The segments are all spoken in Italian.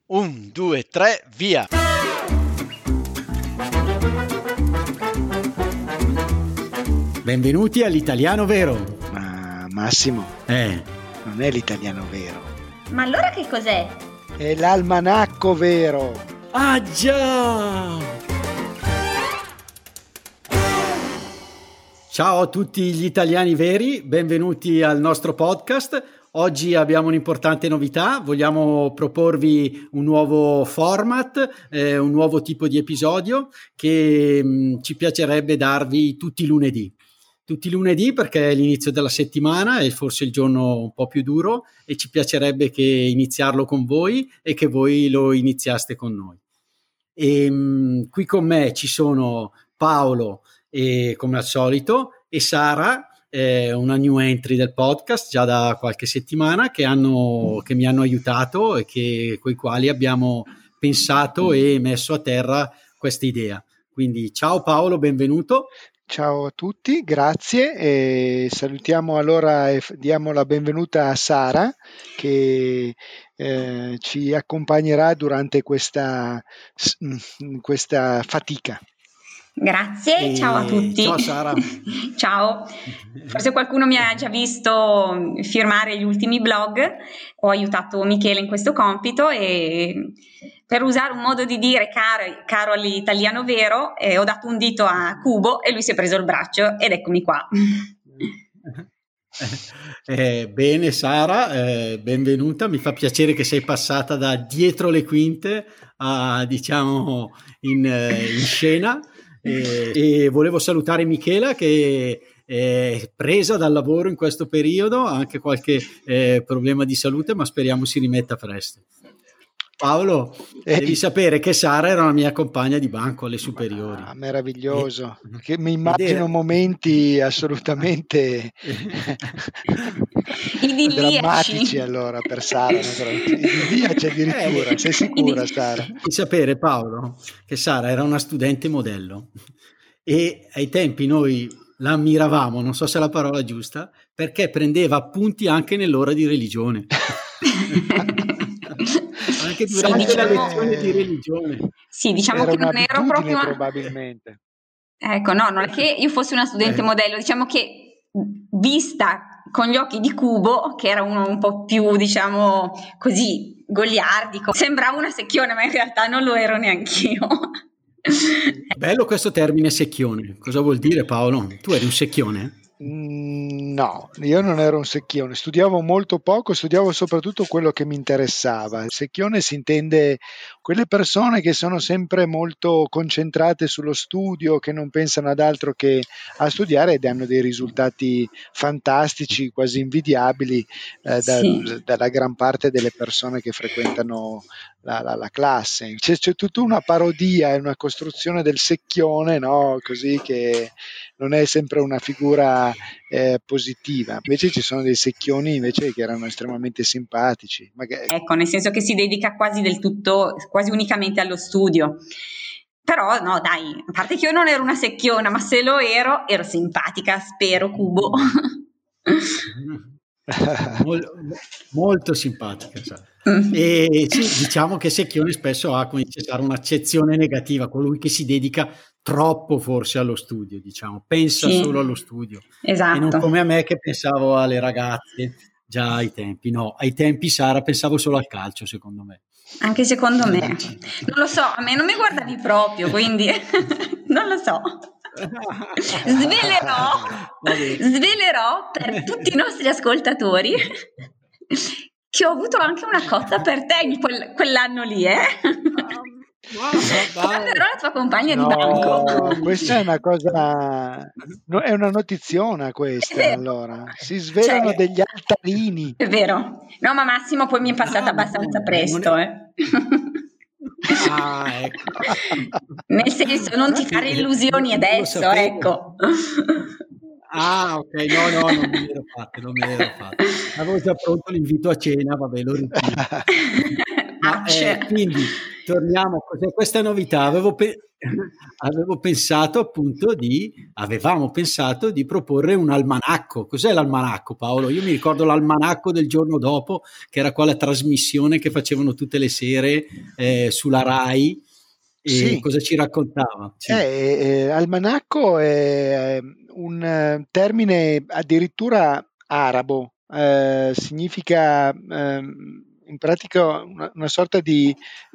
1, 2, 3, via! Benvenuti all'Italiano Vero. Ma Massimo, non è l'italiano vero. Ma allora che cos'è? È l'almanacco vero. Ah già! Ciao a tutti gli italiani veri, benvenuti al nostro podcast. Oggi abbiamo un'importante novità, vogliamo proporvi un nuovo format, un nuovo tipo di episodio che ci piacerebbe darvi tutti i lunedì. Tutti i lunedì perché è l'inizio della settimana e forse il giorno un po' più duro e ci piacerebbe che iniziarlo con voi e che voi lo iniziaste con noi. E, qui con me ci sono Paolo, come al solito, e Sara, una new entry del podcast già da qualche settimana che mi hanno aiutato e coi quali abbiamo pensato e messo a terra questa idea. Quindi ciao Paolo, benvenuto. Ciao a tutti, grazie e salutiamo allora e diamo la benvenuta a Sara che ci accompagnerà durante questa fatica. Grazie, ciao a tutti. Ciao Sara. Ciao. Forse qualcuno mi ha già visto firmare gli ultimi blog, ho aiutato Michele in questo compito e per usare un modo di dire caro all'italiano vero, ho dato un dito a Cubo e lui si è preso il braccio ed eccomi qua. Bene Sara, benvenuta, mi fa piacere che sei passata da dietro le quinte a diciamo in scena. E volevo salutare Michela che è presa dal lavoro in questo periodo, ha anche qualche problema di salute, ma speriamo si rimetta presto. Paolo, devi sapere che Sara era una mia compagna di banco alle superiori. Meraviglioso, che mi immagino momenti assolutamente drammatici allora per Sara, idilliaci addirittura, sei sicura Sara? Devi sapere Paolo che Sara era una studente modello e ai tempi noi la ammiravamo, non so se è la parola giusta, perché prendeva appunti anche nell'ora di religione. Anche durante la lezione di religione. Sì, diciamo che non ero proprio probabilmente. Ecco, no, non è che io fossi una studente modello, diciamo che vista con gli occhi di Cubo, che era uno un po' più, diciamo, così, goliardico, sembrava una secchione, ma in realtà non lo ero neanch'io. Bello questo termine secchione. Cosa vuol dire, Paolo? Tu eri un secchione? No, io non ero un secchione, studiavo molto poco, studiavo soprattutto quello che mi interessava. Il secchione si intende quelle persone che sono sempre molto concentrate sullo studio, che non pensano ad altro che a studiare ed hanno dei risultati fantastici, quasi invidiabili dalla gran parte delle persone che frequentano la classe. C'è tutta una parodia e una costruzione del secchione, no? Così che non è sempre una figura positiva. Invece ci sono dei secchioni invece che erano estremamente simpatici. Ecco, nel senso che si dedica quasi del tutto, quasi unicamente allo studio. Però no, dai, a parte che io non ero una secchiona, ma se lo ero simpatica, spero, Cubo. Molto simpatica, sai. E sì, diciamo che secchione spesso ha, come dice Sara, un'accezione negativa, colui che si dedica troppo forse allo studio, diciamo, pensa solo allo studio. Esatto. E non come a me che pensavo alle ragazze già ai tempi. No, ai tempi Sara pensavo solo al calcio, secondo me. Anche secondo me. Non lo so, a me non mi guardavi proprio, quindi non lo so. Svelerò per tutti i nostri ascoltatori che ho avuto anche una cotta per te in quell'anno lì, quando ero la tua compagna di banco. Questa è una cosa, è una notiziona questa, allora si svelano degli altarini. È vero, no, ma Massimo poi mi è passata abbastanza presto, ecco. Nel senso, non ti fare illusioni adesso, ecco. Ah, ok, no, non me l'ero fatto. Avevo già pronto l'invito a cena, vabbè, lo ritiro. Quindi torniamo, cos'è questa novità? avevamo pensato di proporre un almanacco. Cos'è l'almanacco, Paolo? Io mi ricordo l'almanacco del giorno dopo, che era quella trasmissione che facevano tutte le sere sulla Rai. E sì. Cosa ci raccontava? Sì. Almanacco è un termine addirittura arabo, significa in pratica una sorta di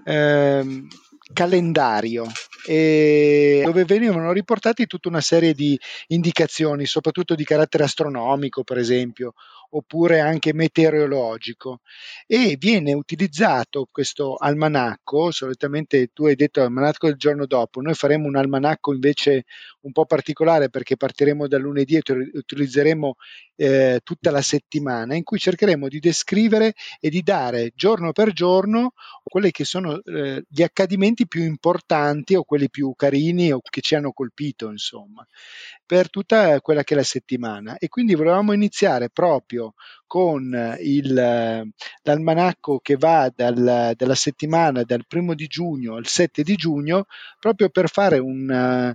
calendario, dove venivano riportati tutta una serie di indicazioni, soprattutto di carattere astronomico, per esempio, oppure anche meteorologico, e viene utilizzato questo almanacco. Solitamente tu hai detto almanacco del giorno dopo, noi faremo un almanacco invece un po' particolare, perché partiremo dal lunedì e utilizzeremo tutta la settimana, in cui cercheremo di descrivere e di dare giorno per giorno quelli che sono gli accadimenti più importanti, o quelli più carini, o che ci hanno colpito, insomma, per tutta quella che è la settimana. E quindi volevamo iniziare proprio con l'almanacco che va dalla settimana dal 1° di giugno al 7 di giugno, proprio per fare un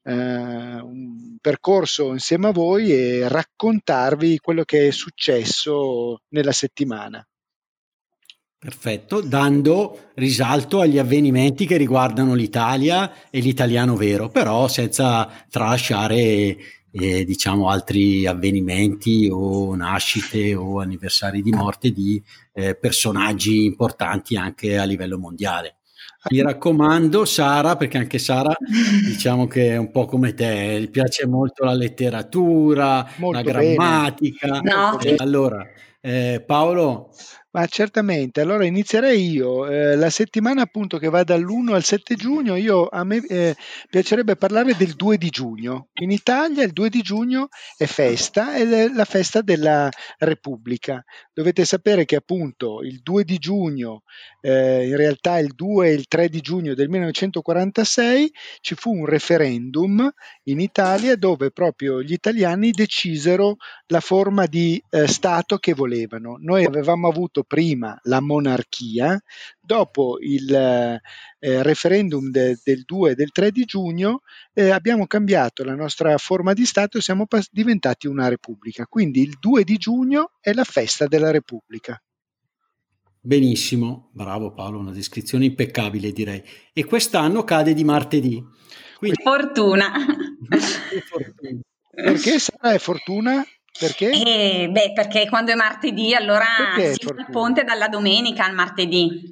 percorso insieme a voi e raccontarvi quello che è successo nella settimana. Perfetto, dando risalto agli avvenimenti che riguardano l'Italia e l'italiano vero, però senza tralasciare diciamo altri avvenimenti o nascite o anniversari di morte di personaggi importanti anche a livello mondiale. Mi raccomando, Sara, perché anche Sara diciamo che è un po' come te, gli piace molto la letteratura, Molto la grammatica. No. Allora, Paolo. Ma certamente, allora inizierei io. La settimana appunto che va dall'1 al 7 giugno, a me piacerebbe parlare del 2 di giugno. In Italia il 2 di giugno è festa, ed è la festa della Repubblica. Dovete sapere che appunto il 2 di giugno, in realtà il 2 e il 3 di giugno del 1946, ci fu un referendum in Italia dove proprio gli italiani decisero la forma di Stato che volevano. Noi avevamo avuto prima la monarchia, dopo il referendum del 2 e del 3 di giugno abbiamo cambiato la nostra forma di Stato e siamo diventati una repubblica. Quindi il 2 di giugno è la festa della Repubblica. Benissimo, bravo Paolo, una descrizione impeccabile direi. E quest'anno cade di martedì. Quindi... Fortuna. Perché Sara è fortuna? Perché? Perché quando è martedì allora si fa il ponte dalla domenica al martedì.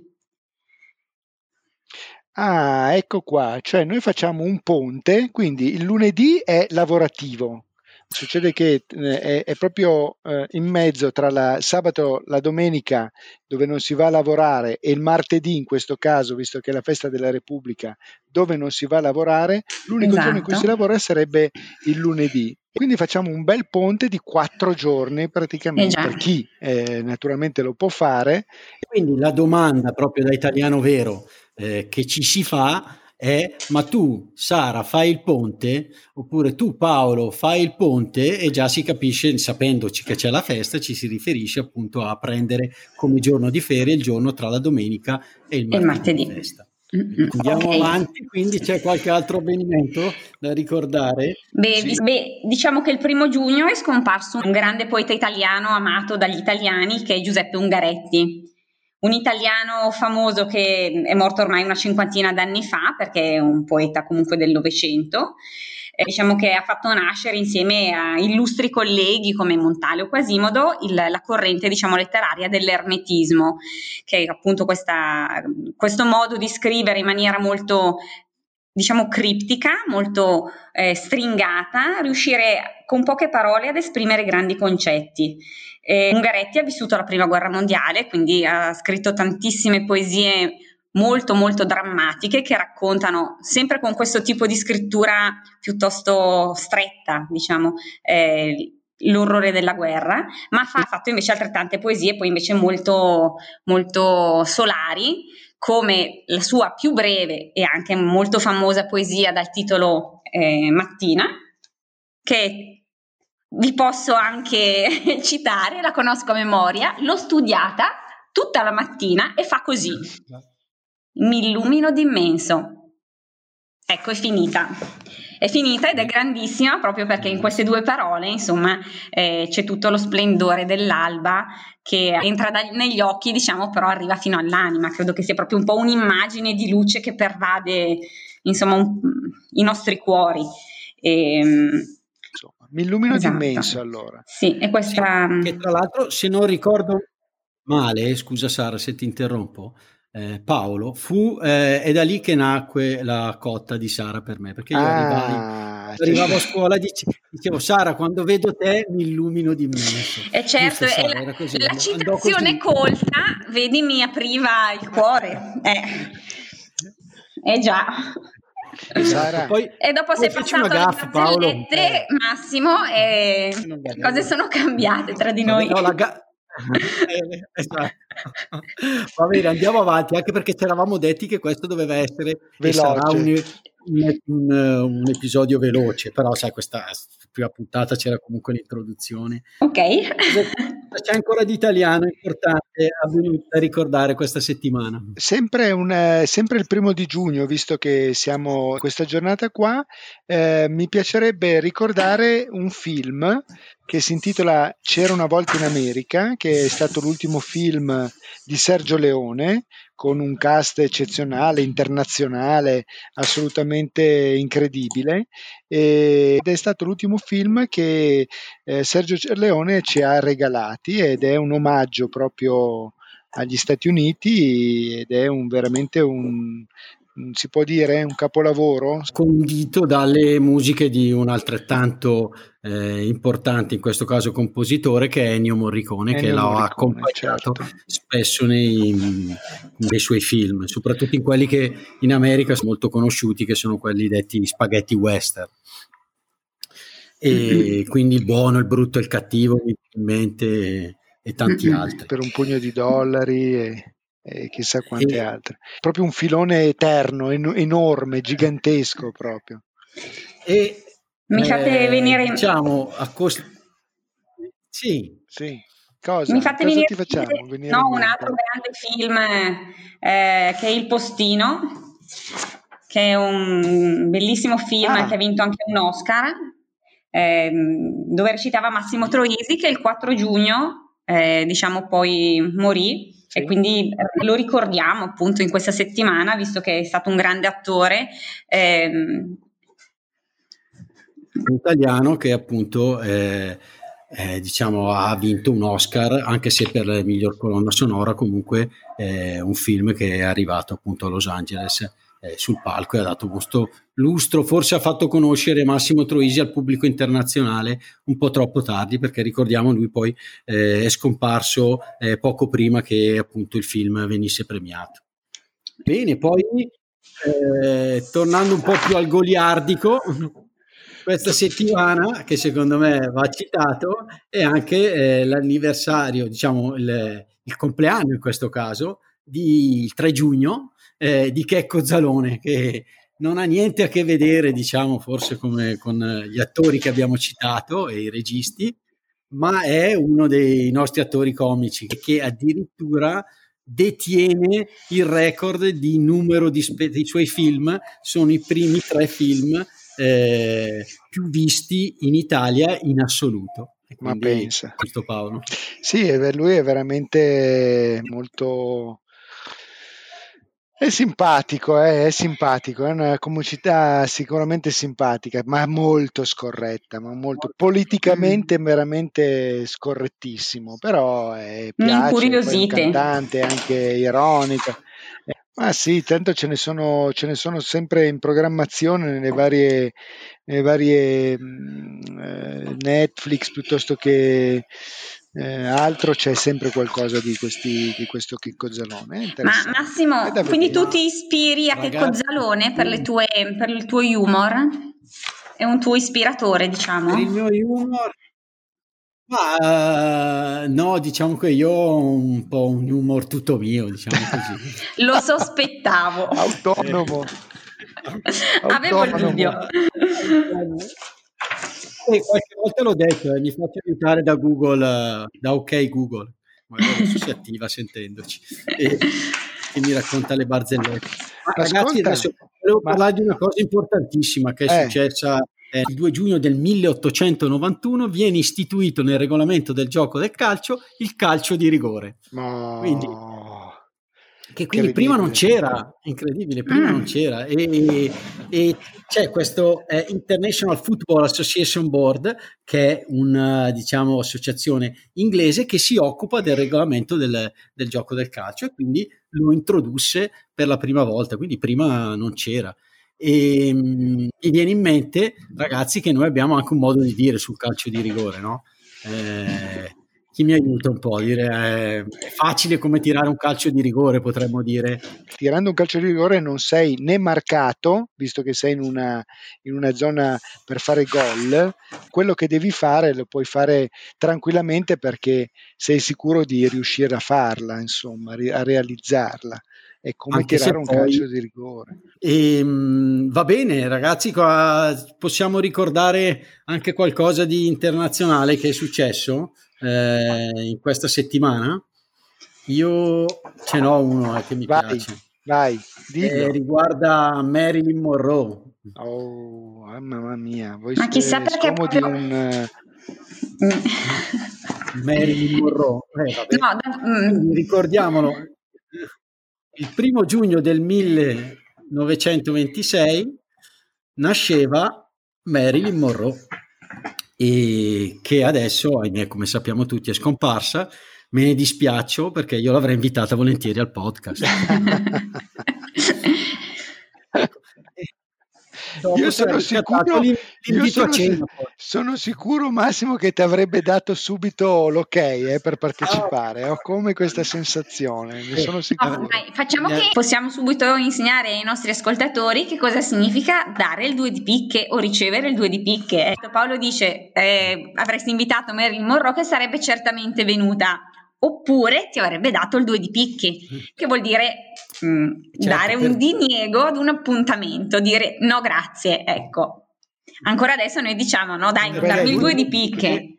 Ah, ecco qua, cioè noi facciamo un ponte, quindi il lunedì è lavorativo. Succede che è proprio in mezzo tra il sabato, la domenica, dove non si va a lavorare, e il martedì, in questo caso, visto che è la festa della Repubblica, dove non si va a lavorare, l'unico giorno in cui si lavora sarebbe il lunedì. Quindi facciamo un bel ponte di 4 giorni praticamente, per chi naturalmente lo può fare. Quindi la domanda proprio da italiano vero che ci si fa è: ma tu Sara fai il ponte? Oppure tu Paolo fai il ponte? E già si capisce, sapendoci che c'è la festa, ci si riferisce appunto a prendere come giorno di ferie il giorno tra la domenica e il martedì. Di festa. Andiamo avanti, quindi c'è qualche altro avvenimento da ricordare? Diciamo che il 1° giugno è scomparso un grande poeta italiano amato dagli italiani, che è Giuseppe Ungaretti, un italiano famoso che è morto ormai una 50ina d'anni fa, perché è un poeta comunque del Novecento. Diciamo che ha fatto nascere insieme a illustri colleghi come Montale o Quasimodo la corrente, diciamo, letteraria dell'ermetismo, che è appunto questo modo di scrivere in maniera molto, diciamo, criptica, molto stringata, riuscire con poche parole ad esprimere grandi concetti. Ungaretti ha vissuto la Prima Guerra Mondiale, quindi ha scritto tantissime poesie molto molto drammatiche che raccontano, sempre con questo tipo di scrittura piuttosto stretta, diciamo, l'orrore della guerra, ma ha fatto invece altrettante poesie poi invece molto molto solari, come la sua più breve e anche molto famosa poesia dal titolo Mattina, che vi posso anche citare, la conosco a memoria, l'ho studiata tutta la mattina e fa così: mi illumino d'immenso, Ecco, è finita. È finita ed è grandissima proprio perché in queste due parole, insomma, c'è tutto lo splendore dell'alba che entra negli occhi, diciamo, però arriva fino all'anima. Credo che sia proprio un po' un'immagine di luce che pervade, insomma, i nostri cuori. Insomma, mi illumino Esatto. d'immenso allora. Sì, e questa... Sì, che tra l'altro, se non ricordo male, scusa Sara se ti interrompo, Paolo, è da lì che nacque la cotta di Sara per me, perché io arrivavo a scuola e dicevo Sara, quando vedo te mi illumino d'immenso. E certo, Giusto, Sara, era così, la citazione colta, vedi, mi apriva il cuore. Già. Sara, poi, e dopo sei passato alle barzellette, Massimo, e le cose sono cambiate tra di noi. No, esatto. Va bene, andiamo avanti, anche perché ci eravamo detti che questo doveva essere veloce. E sarà un episodio veloce, però sai, questa prima puntata c'era comunque l'introduzione. Ok. C'è ancora di italiano importante da ricordare questa settimana? Sempre il 1° giugno, visto che siamo questa giornata qua, mi piacerebbe ricordare un film che si intitola C'era una volta in America, che è stato l'ultimo film di Sergio Leone, con un cast eccezionale, internazionale, assolutamente incredibile, ed è stato l'ultimo film che Sergio Leone ci ha regalati, ed è un omaggio proprio agli Stati Uniti, ed è veramente si può dire un capolavoro condito dalle musiche di un altrettanto importante, in questo caso compositore, che è Ennio Morricone, che l'ha accompagnato spesso nei suoi film, soprattutto in quelli che in America sono molto conosciuti, che sono quelli detti spaghetti western. E quindi Il buono, il brutto e il cattivo, in mente, e tanti altri. Per un pugno di dollari e chissà quante altre. Proprio un filone eterno, enorme, gigantesco proprio. E mi fate venire diciamo sì. Cosa? Mi fate Cosa venire ti facciamo? un altro grande film che è Il postino, che è un bellissimo film che ha vinto anche un Oscar, dove recitava Massimo Troisi, che il 4 giugno diciamo poi morì. Sì. E quindi lo ricordiamo appunto in questa settimana, visto che è stato un grande attore italiano, che appunto diciamo ha vinto un Oscar, anche se per la miglior colonna sonora. Comunque è un film che è arrivato appunto a Los Angeles sul palco e ha dato questo lustro, forse ha fatto conoscere Massimo Troisi al pubblico internazionale un po' troppo tardi, perché ricordiamo lui poi è scomparso poco prima che appunto il film venisse premiato. Bene, poi tornando un po' più al goliardico, questa settimana, che secondo me va citato, è anche l'anniversario, diciamo il compleanno in questo caso, il 3 giugno, di Checco Zalone, che non ha niente a che vedere, diciamo, forse come con gli attori che abbiamo citato e i registi, ma è uno dei nostri attori comici che addirittura detiene il record di numero dei suoi film. Sono i primi 3 film più visti in Italia in assoluto. Ma pensa, questo Paolo. Sì, lui è veramente molto... È simpatico, è una comicità sicuramente simpatica, ma molto scorretta, ma molto politicamente veramente scorrettissimo, però piace, poi è un cantante anche ironica. Ma sì, tanto ce ne sono sempre in programmazione nelle varie Netflix, piuttosto che altro, c'è sempre qualcosa di questo Checco Zalone. Ma Massimo, quindi tu ti ispiri a Checco Zalone per il tuo humor? È un tuo ispiratore, diciamo? Per il mio humor? No, diciamo che io ho un po' un humor tutto mio, diciamo così. Lo sospettavo. Autonomo. Avevo il dubbio. Qualche volta l'ho detto, mi faccio aiutare da Google, da OK Google, magari adesso si attiva sentendoci e mi racconta le barzellette. Ragazzi, adesso volevo parlare di una cosa importantissima che è successa il 2 giugno del 1891. Viene istituito nel regolamento del gioco del calcio il calcio di rigore. Quindi prima non c'era, incredibile, prima non c'era, e c'è questo International Football Association Board, che è una, diciamo, associazione inglese che si occupa del regolamento del gioco del calcio, e quindi lo introdusse per la prima volta, quindi prima non c'era. E mi viene in mente, ragazzi, che noi abbiamo anche un modo di dire sul calcio di rigore, no? Chi mi aiuta un po' a dire? È facile come tirare un calcio di rigore, potremmo dire. Tirando un calcio di rigore non sei né marcato, visto che sei in una zona per fare gol. Quello che devi fare lo puoi fare tranquillamente, perché sei sicuro di riuscire a farla, insomma, a realizzarla. È come anche tirare un calcio di rigore. Va bene, ragazzi, possiamo ricordare anche qualcosa di internazionale che è successo in questa settimana. Io ce n'ho uno che mi piace. Vai, riguarda Marilyn Monroe. Oh, mamma mia, voi ma chissà perché di un Marilyn Monroe. Ricordiamolo. Il 1 giugno del 1926 nasceva Marilyn Monroe, e che adesso, ahimè, come sappiamo tutti, è scomparsa. Me ne dispiaccio, perché io l'avrei invitata volentieri al podcast. Io sono sicuro, Massimo, che ti avrebbe dato subito l'ok per partecipare. Ho come questa sensazione, ne sono sicuro. Facciamo che possiamo subito insegnare ai nostri ascoltatori che cosa significa dare il 2 di picche o ricevere il 2 di picche. Paolo dice avresti invitato Marilyn Monroe, che sarebbe certamente venuta, oppure ti avrebbe dato il 2 di picche, che vuol dire dare un diniego ad un appuntamento, dire no grazie. Ecco, ancora adesso noi diciamo no dai, non darmi il 2 di picche,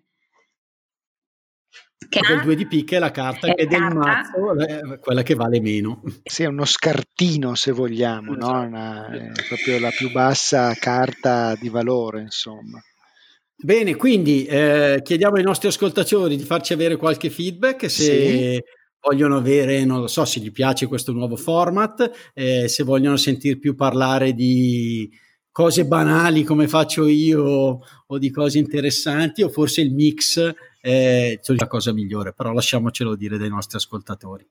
che il 2 di picche è la carta che è del mazzo, quella che vale meno. Sì, è uno scartino, se vogliamo, no? È proprio la più bassa carta di valore, insomma. Bene, quindi chiediamo ai nostri ascoltatori di farci avere qualche feedback, se vogliono avere, non lo so, se gli piace questo nuovo format, se vogliono sentir più parlare di cose banali come faccio io, o di cose interessanti, o forse il mix è la cosa migliore, però lasciamocelo dire dai nostri ascoltatori.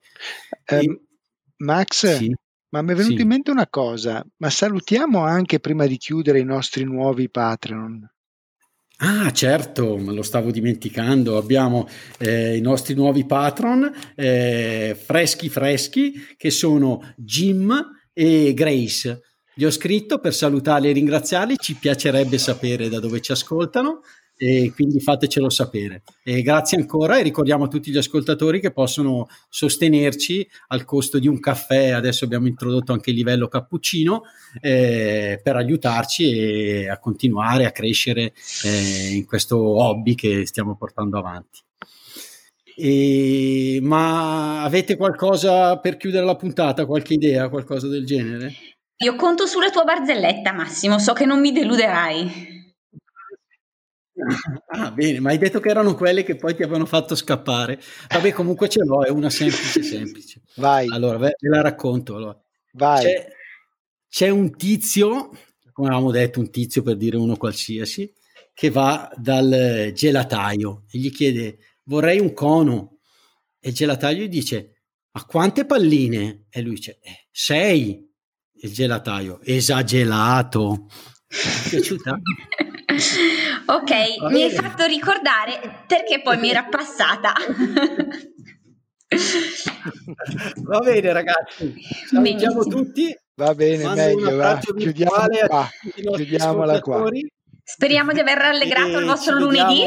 Max, sì? Ma mi è venuto in mente una cosa, ma salutiamo anche, prima di chiudere, i nostri nuovi Patreon. Ah, certo, me lo stavo dimenticando. Abbiamo i nostri nuovi patron, freschi, che sono Jim e Grace. Gli ho scritto per salutarli e ringraziarli, ci piacerebbe sapere da dove ci ascoltano, e quindi fatecelo sapere. E grazie ancora, e ricordiamo a tutti gli ascoltatori che possono sostenerci al costo di un caffè. Adesso abbiamo introdotto anche il livello cappuccino, per aiutarci a continuare a crescere in questo hobby che stiamo portando avanti. Ma avete qualcosa per chiudere la puntata, qualche idea, qualcosa del genere? Io conto sulla tua barzelletta, Massimo, so che non mi deluderai. Ah, bene, ma hai detto che erano quelle che poi ti avevano fatto scappare. Vabbè, comunque ce l'ho, è una semplice. Vai. Allora, ve la racconto. Allora. Vai. C'è un tizio, come avevamo detto, un tizio per dire uno qualsiasi, che va dal gelataio e gli chiede: vorrei un cono. E il gelataio gli dice: ma quante palline? E lui dice: 6. Il gelataio: esagerato. Mi è piaciuta? Ok, mi hai fatto ricordare perché poi mi era passata. Va bene, ragazzi, salutiamo tutti. Va bene, meglio, va. Chiudiamola qua. Speriamo di aver rallegrato il vostro lunedì.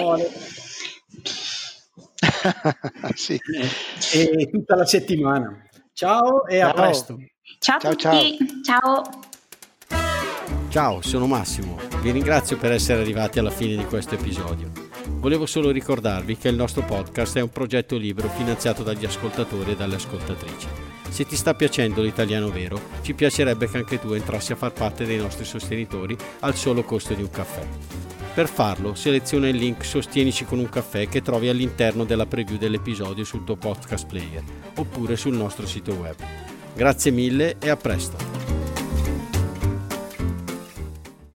Sì. E tutta la settimana. Ciao e a presto. Ciao a tutti. Ciao. Ciao, sono Massimo. Vi ringrazio per essere arrivati alla fine di questo episodio. Volevo solo ricordarvi che il nostro podcast è un progetto libero finanziato dagli ascoltatori e dalle ascoltatrici. Se ti sta piacendo l'italiano vero, ci piacerebbe che anche tu entrassi a far parte dei nostri sostenitori al solo costo di un caffè. Per farlo, seleziona il link Sostienici con un caffè che trovi all'interno della preview dell'episodio sul tuo podcast player oppure sul nostro sito web. Grazie mille e a presto!